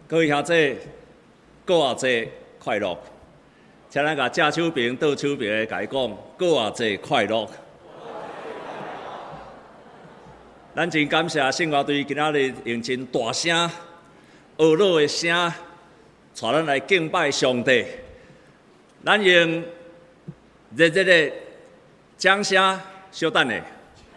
各位兄弟，过偌济快乐！请咱甲正手边、倒手边的甲伊讲，过偌济快乐！咱真感谢圣乐队今仔日用真大声、婀娜的声，带咱来敬拜上帝。咱用热烈的掌声，小等下。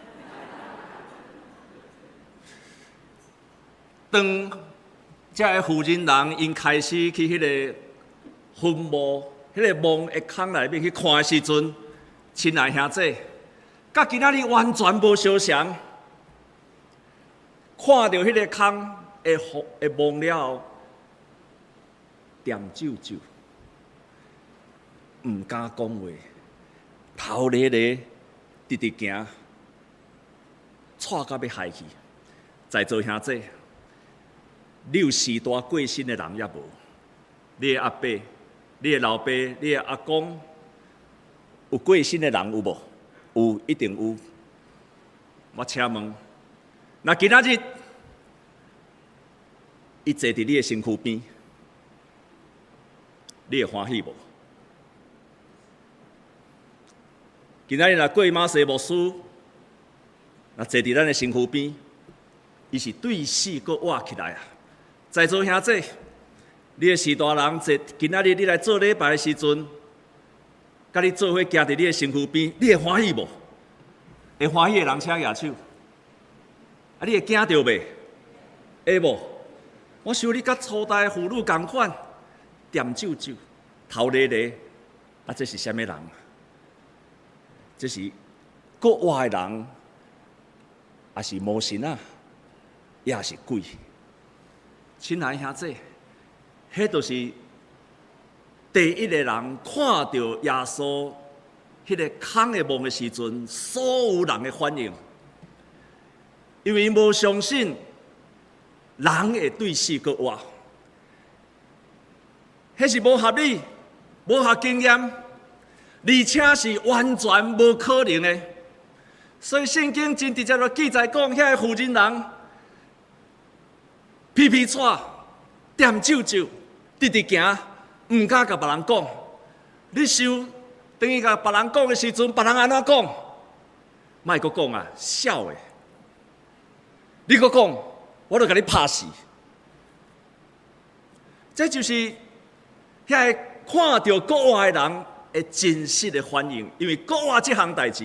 当这个负人人因开始去迄个坟墓、迄个墓的坑内面去看的时阵，亲爱兄弟，甲今仔日完全无相像。看到迄个坑的墓了后，点皱皱，毋敢讲话，头咧咧，直直行，错到要害去。在座兄弟。你有时代过身的人也无，你的阿伯、你的老爸、你的阿公，有过身的人有无？有，一定有。我请问，那今仔日，伊坐伫你的身躯边，你会欢喜无？今仔日若过马西牧师，若坐伫咱的身躯边，伊是对死搁活起来啊！在座兄弟，你的士大人，今仔日你来做礼拜的时阵，甲你做伙行伫你的身躯边，你会欢喜无？会欢喜的人请举手。啊，你会惊到袂？会无？我想你甲初代妇女同款，点皱皱，头咧咧，啊，这是啥物人？这是国外的人，也是魔神啊，也是鬼。亲爱兄弟，迄就是第一个人看到耶稣迄个空的梦的时阵，所有人的反应，因为无相信人会对死搁活，迄是无合理、无合经验，而且是完全无可能的。所以圣经真直接就记载讲，遐个妇人人。皮皮喘，点皱皱，直直行，毋敢甲别人讲。你想，等于甲别人讲的时阵，别人安怎讲？莫阁讲啊，笑的。你阁讲，我就甲你拍死。这就是遐个看到国外的人的真实的反应，因为国外这项代志，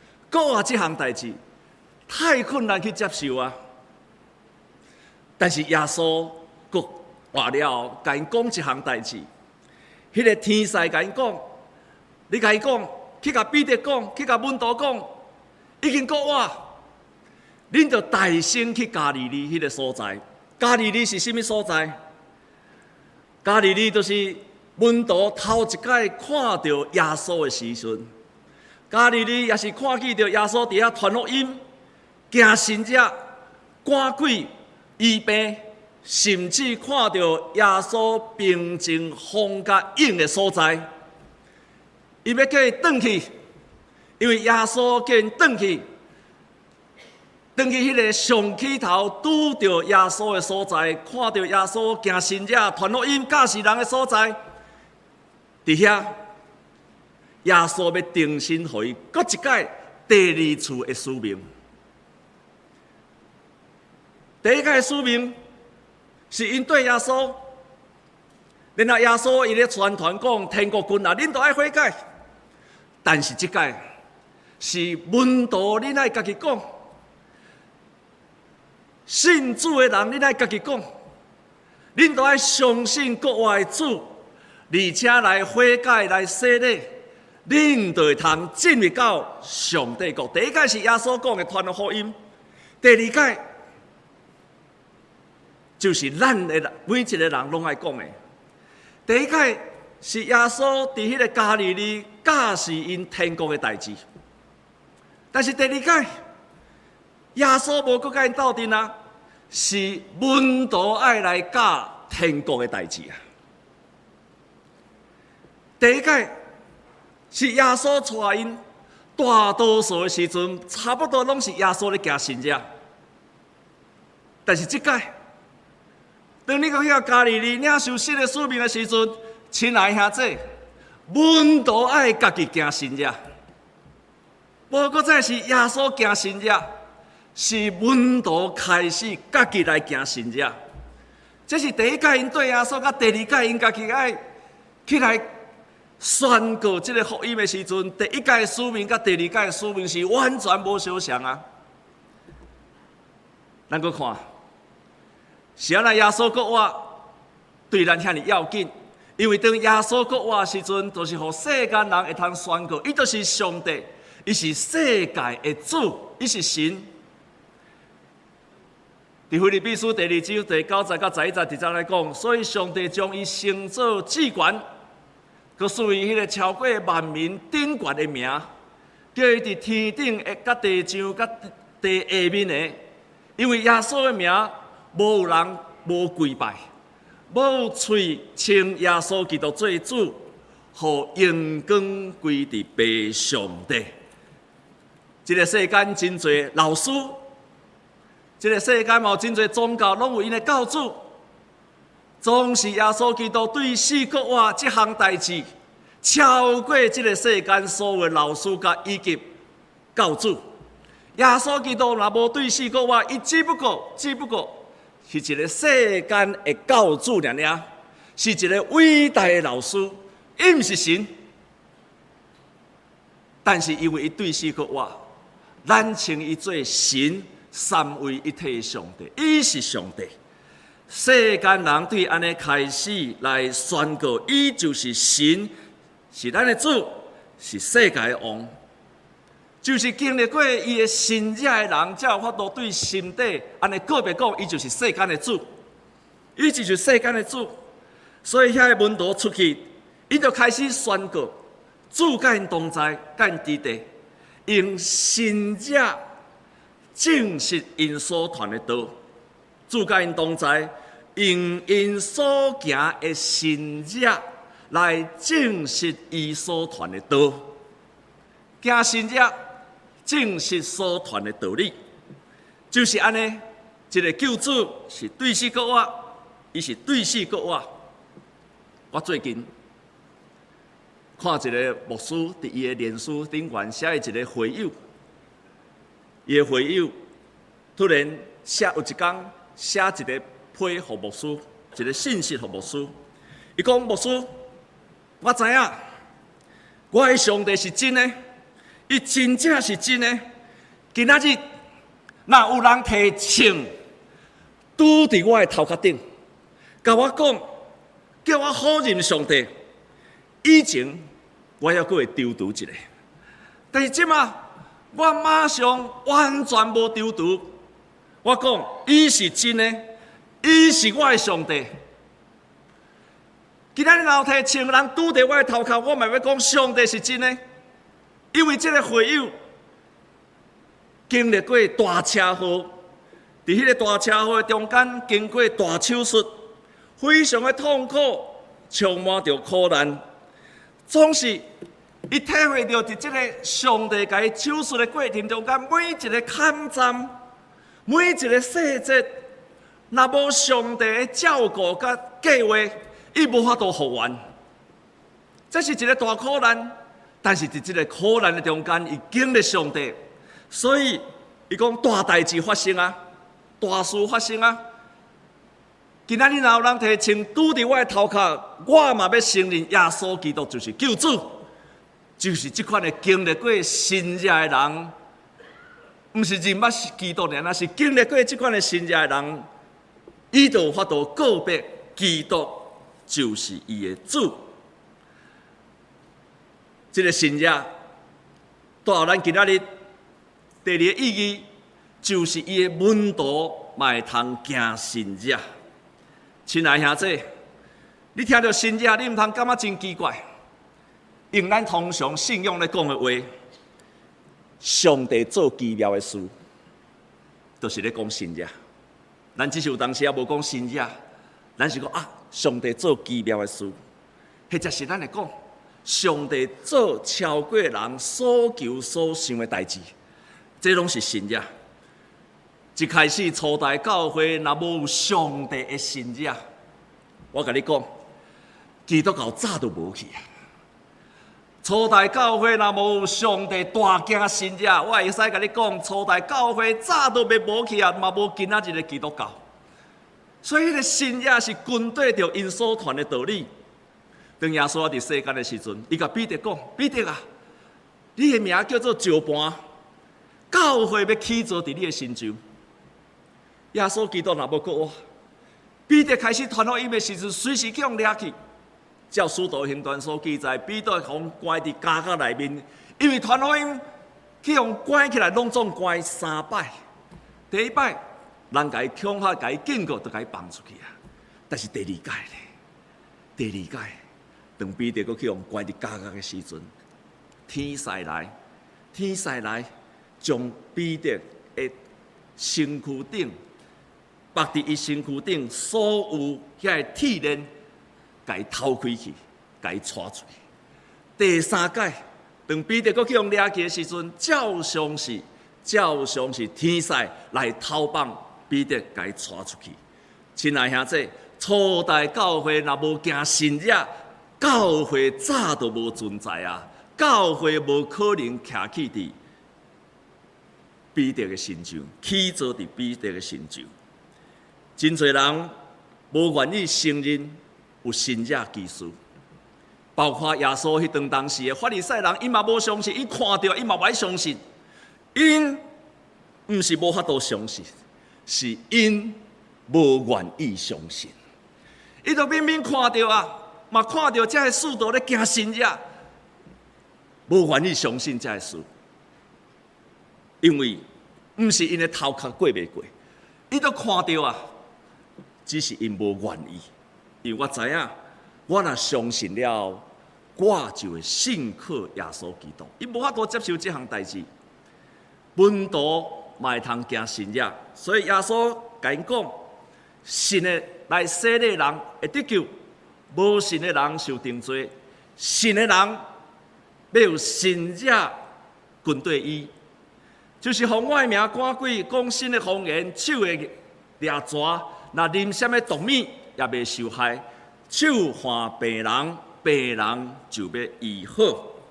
太困难去接受啊。但是耶稣佫活了后，甲因讲一项代志，迄个天使甲因讲，你甲伊讲，去甲彼得讲，去甲门徒讲，已经佫活，恁着大声去加利利迄个所在。加利利是甚物所在？加利利就是门徒头一摆看到耶稣的时阵，加利利也是看见到耶稣伫遐传福音、行神迹、赶鬼。医病，甚至看到耶稣平静风甲影的所在，伊要叫伊转去，因为耶稣叫因转去迄个上起头拄到耶稣的所在，看到耶稣行神迹、传福音、教示人的所在，伫遐耶稣要定心互伊，搁一届第二次的使命。第一个使命是因对耶稣，然后耶稣伊咧宣传讲天国近啊，恁都爱悔改。但是即届是门徒，恁爱家己讲；信主的人，恁爱家己讲。恁都爱相信国外的主，而且来悔改、来洗礼，恁就会通进入到上帝国。第一届是耶稣讲的传福音，第二届。就是咱的每一个人拢爱讲的。第一届是耶稣伫迄个加利利教示因天国的代志，但是第二届耶稣无搁甲因斗阵啊，是门徒爱来教天国的代志啊。第一届是耶稣带因，大多数的时阵差不多拢是耶稣咧行神迹，但是即届。 当你到遐家里里领受新的使命的时阵，亲爱兄弟，门徒爱家己行神者，无搁再是耶稣行神者，是门徒开始家己来行神者。这是第一届因对耶稣，甲第二届因家己爱起来宣告这个福音的时阵，第一届的使命甲第二届的使命是完全无相像啊。咱搁看，是安那耶稣国活对咱遐尼要紧，因为当耶稣国活的时阵，就是互世间人会通宣告，伊就是上帝，伊是世界的主，伊是神。伫腓立比书第2章第9节到11节直接来讲，所以上帝将伊升做至权，佮赐予迄个超过万民顶悬的名，叫伊伫天顶的、甲地上、甲地下面的，因为耶稣的名，无有人无跪拜，无有喙称耶稣基督做主，互荣光归伫爸上帝。这个世间真侪老师。这个世界嘛有真侪宗教，拢有因的教主，总是耶稣基督对死国活这项代志，超过这个世间所有的老师甲以及教主。耶稣基督若无对死国活，伊只不过是一个世间的教主尔尔，是一个伟大的老师，伊毋是神。但是因为伊对死国活，咱称伊做神。三位一体的上帝，伊是上帝。世间人对安尼开始来宣告，伊就是神，是咱的主，是世界的王。就是经历过伊的神者的人，才有法度对神体安尼个别讲，伊就是世间的主，伊就是世间的主。所以遐个门徒出去，伊就开始宣告，主甲因同在，甲因伫地，用神者。证实因所传的道，主甲因同在，用因所行的神者来证实伊所传的道。行神者证实所传的道理，就是安尼。一个救主是对死国活，伊是对死国活。我最近看一个牧师伫伊的脸书顶悬写的一个回友。伊的会友突然有一天写一个批给牧师，一个信息给牧师。伊讲：牧师，我知影，我的上帝是真的，伊真正是真的。今仔日，若有人摕枪拄伫我的头壳顶，甲我讲，叫我好认上帝。以前我还阁会丢毒一个，但是即马。我马上完全无丢毒，我讲，伊是真的，伊是我的上帝。今仔日若摕枪人拄在我的头壳，我嘛要讲上帝是真的，因为这个会友经历过大车祸，伫迄个大车祸中间经过大手术，非常的痛苦，充满着苦难，总是。伊体会到伫即个上帝甲伊手术的过程中间，每一个坎站，每一个细节，若无上帝的照顾甲计划，伊无法度复原。这是一个大苦难，但是伫即个苦难的中间，伊经历上帝，所以伊讲大代志发生啊，大事发生啊。今仔日若有人摕枪拄伫我的头壳，我嘛要承认耶稣基督就是救主。就是这款的经历过神者的人，不是认捌基督尔，那是经历过这款的神者的人，伊就有法度告别基督就是伊的主。这个神者，带予咱今仔日第二个意义，就是伊的门徒嘛会通行神者。亲爱兄弟，你听到神者，你唔通感觉真奇怪。用咱通常信仰咧讲的话，上帝做奇妙的事，就是咧讲神者。咱只是有当时也无讲神者，咱是讲啊，上帝做奇妙的事，或者是咱来讲，上帝做超过人所求所想的代志，这拢是神者。 一开始初代教会若无有上帝的信者，我甲你讲，基督教早都无去啊！初代教会若无有上帝大惊信者，我会使甲你讲，初代教会早都要无去啊，嘛无今仔日的基督教。所以，迄个信者是军队着因所传的道理。当耶稣伫世间的时阵，伊甲彼得讲：彼得啊，你的名叫做石盘，教会要起造伫你的心上。耶稣基督若无过我，彼得开始传福音的时阵，随时去互掠去。照使徒行传所记载，彼得互关伫家甲内面，因为传福音去互关起来，拢总关3摆。第一摆，人甲伊恐吓、甲伊警告，就甲伊放出去啊。但是第二届咧，第二届，当彼得搁去互关伫家的时阵，天使来，将彼得的身躯顶。绑伫伊身躯顶所有遐个铁链，甲伊偷开去，甲伊带出去。第三届，当彼得搁去用掠去的时阵，照常是天使来偷放彼得，甲伊带出去。亲爱兄弟，初代教会若无行信者，教会早都无存在啊！教会无可能徛起伫彼得的身上，起造伫彼得的身上。真侪人无愿意承认有信者基督，包括耶稣迄当当时的法利赛人，伊嘛无相信，伊看到伊嘛无爱相信，因毋是无法度相信，是因无愿意相信。伊就明明看到啊，嘛看到这个使徒咧行信者，无愿意相信这个事，因为毋是因的头壳过袂过，伊都看到啊。只是因无愿意，因为我知影，我若相信了，我就会信靠耶稣基督。伊无法度接受这项代志，门徒嘛会通行信者，所以耶稣甲因讲：信的来洗礼的人会得救，无信的人受定罪。信的人要有信者军队伊，就是奉我的名赶鬼，讲新的方言，手会抓蛇。若啉什么毒物也袂受害，手看病人，病人就要医好。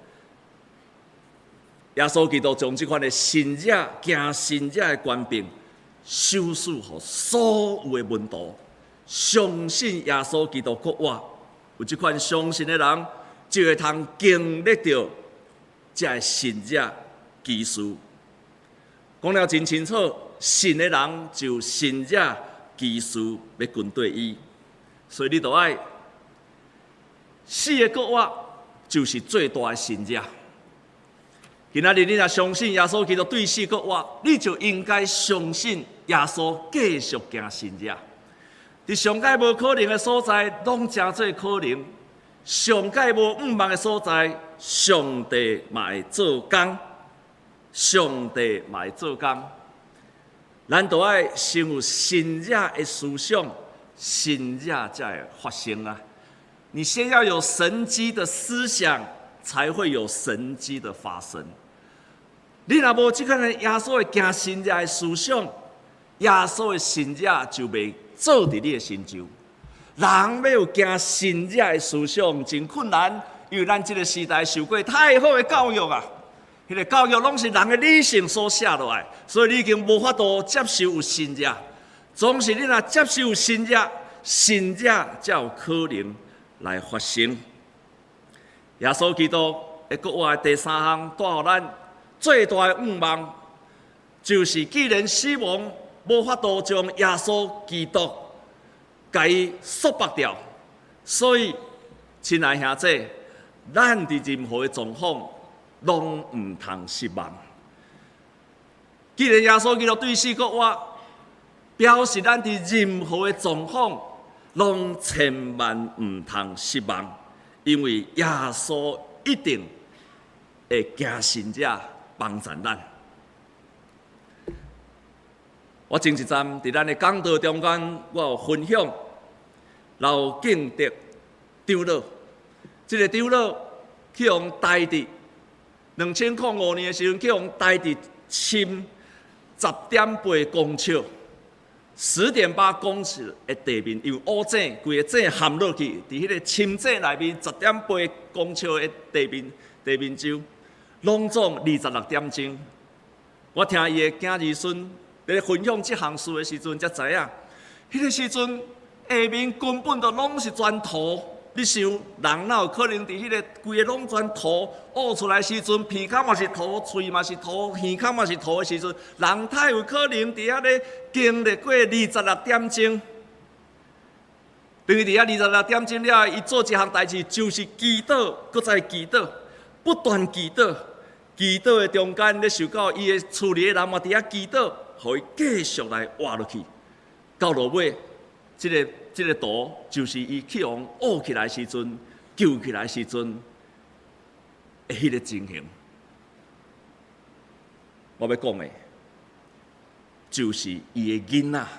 耶稣基督将这款的信者、行信者的权柄，授予予所有的门徒，相信耶稣基督国我，有这款相信的人，就会通经历到这信者基督。讲了真清楚，信的人就信者。基督要军队伊，所以你就爱死的国我就是最大的信者。今仔日你若相信耶稣基督对死国我，你就应该相信耶稣继续行信者。伫上界无可能的所在，拢诚做可能；上界无毋茫的所在，上帝嘛会做工，上帝嘛会做工。咱都爱先有信者的思想，信者才会发生啊！你先要有神迹的思想，才会有神迹的发生。你若无这款耶稣的行信者的思想，耶稣的信者就袂做伫你的心上。人要有行信者的思想真困难，因为咱这个时代受过太好的教育啊！迄个教育拢是人的理性所写落来，所以你已经无法度接受有信者。总是你若接受有信者，信者才有可能来发生。耶稣基督的国话第三项带予咱最大的愿望，就是既然死亡无法度将耶稣基督甲伊束缚掉，所以亲爱兄弟，咱伫任何的状况，拢唔通失望。既然耶稣基督对死国我，表示咱伫任何的状况，拢千万唔通失望，因为耶稣一定会行信者帮助咱。我前一站伫咱的讲道中间，我有分享老敬德长老，这个长老去用台伫2005年的时候，去用台伫深 10:8公尺，10.8公尺的地面，由乌井规个井陷落去，伫迄个深井内面10.8公尺的地面周，拢总26点钟。我听伊的囝儿孙咧分享这项事的时阵，才知影，迄个时阵下面根本就拢是全土。你想，人哪有可能伫迄个规个拢全土挖出来时阵，鼻孔嘛是土，喙嘛是土，耳孔嘛是土的时阵，人太有可能伫遐咧经历过26点钟。等于伫遐26点钟了，伊做一项代志，就是祈祷，搁再祈祷，不断祈祷。祈祷的中间，咧受到伊的厝里的人嘛伫遐祈祷，互伊继续来挖落去，到落尾，这个图就是伊去往挖起来时阵、救起来时阵的迄个情形。我要讲的，就是伊的囡仔，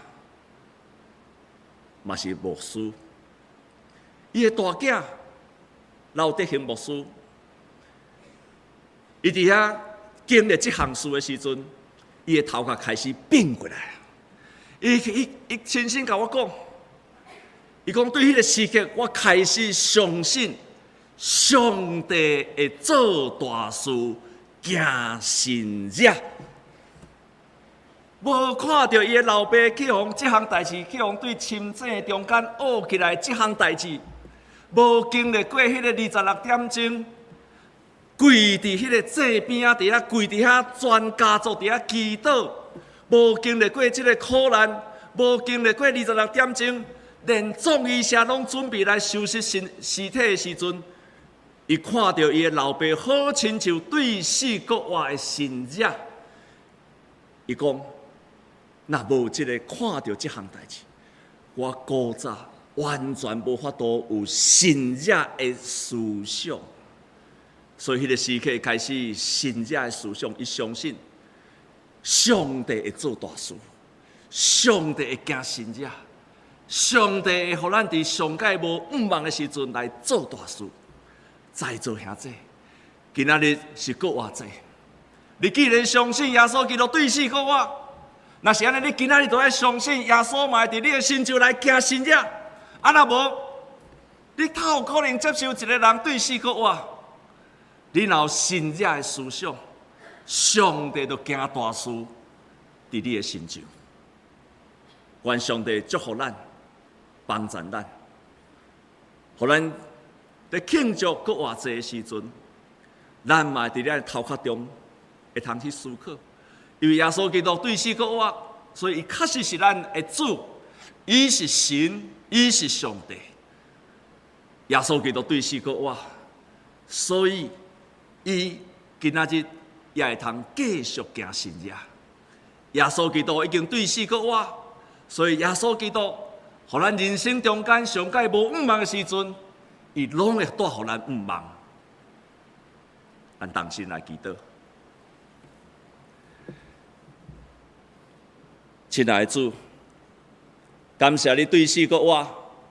嘛是牧师，伊的大囝刘德兴牧师。伊伫遐经历这项事的时阵，伊的头壳开始变过来。伊亲身甲我讲，伊讲对迄个时刻，我开始相信上帝会做大事，行神迹。无看到伊的老爸去往这项代志，去往对深井中间挖起来这项代志，无经历过迄个26点钟。跪伫迄个井边啊，伫遐跪伫遐，全家族伫遐祈祷，无经历过即个苦难，无经历过26点钟，连众医社拢准备来收拾尸体的时阵，伊看到伊的老爸好亲像对死国活的神迹，伊讲，若无即个看到即项代志，我古早完全无法度有神迹的思想。所以，迄个时刻开始，神迹的思想，伊相信上帝会做大事，上帝会行神迹，上帝会互咱伫上界无五望的时阵来做大事。在座兄弟，今仔日是国活节，你既然相信耶稣基督对死国活，若是安尼，你今仔日就要相信耶稣嘛会伫你的心中来行神迹。啊，若无，你透有可能接受一个人对死国活？你若有神迹的思想，上帝就行大事伫你的心中。愿上帝祝福咱，帮助咱，互咱在庆祝国活节的时阵，咱嘛伫咱头壳中会通去思考，因为耶稣基督对死国活，所以伊确实是咱的主，伊是神，伊是上帝。耶稣基督对死国活，所以。伊今仔日也会通继续行神迹。耶稣基督已经对死国活，所以耶稣基督，互咱人生中间上界无五望的时阵，伊拢会带互咱五望。咱同心来祈祷。亲爱的主，感谢你对死国活，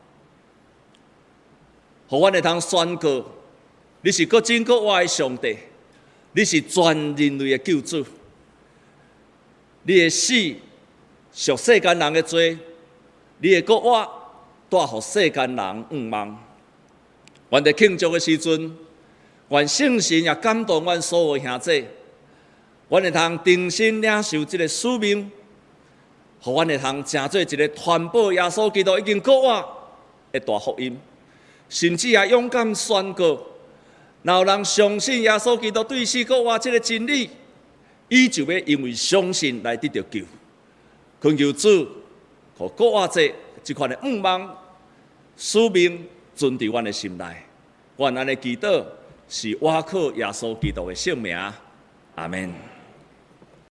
互阮会通宣告。你是国真国活的上帝，你是全人类的救主。你的死赎世间人的罪，你的国活带予世间人五望。阮在庆祝的时阵，愿圣神也感动阮所有兄弟，阮会通重新领受这个使命，互阮会通成做一个传播耶稣基督已经国活的大福音，甚至也勇敢宣告。若有人相信耶稣基督对死国活这个真理，伊就要因为相信来得到救。恳求主，互国活节这款的五望使命存伫阮的心内。愿安尼祈祷，是倚靠耶稣基督的圣名。阿门。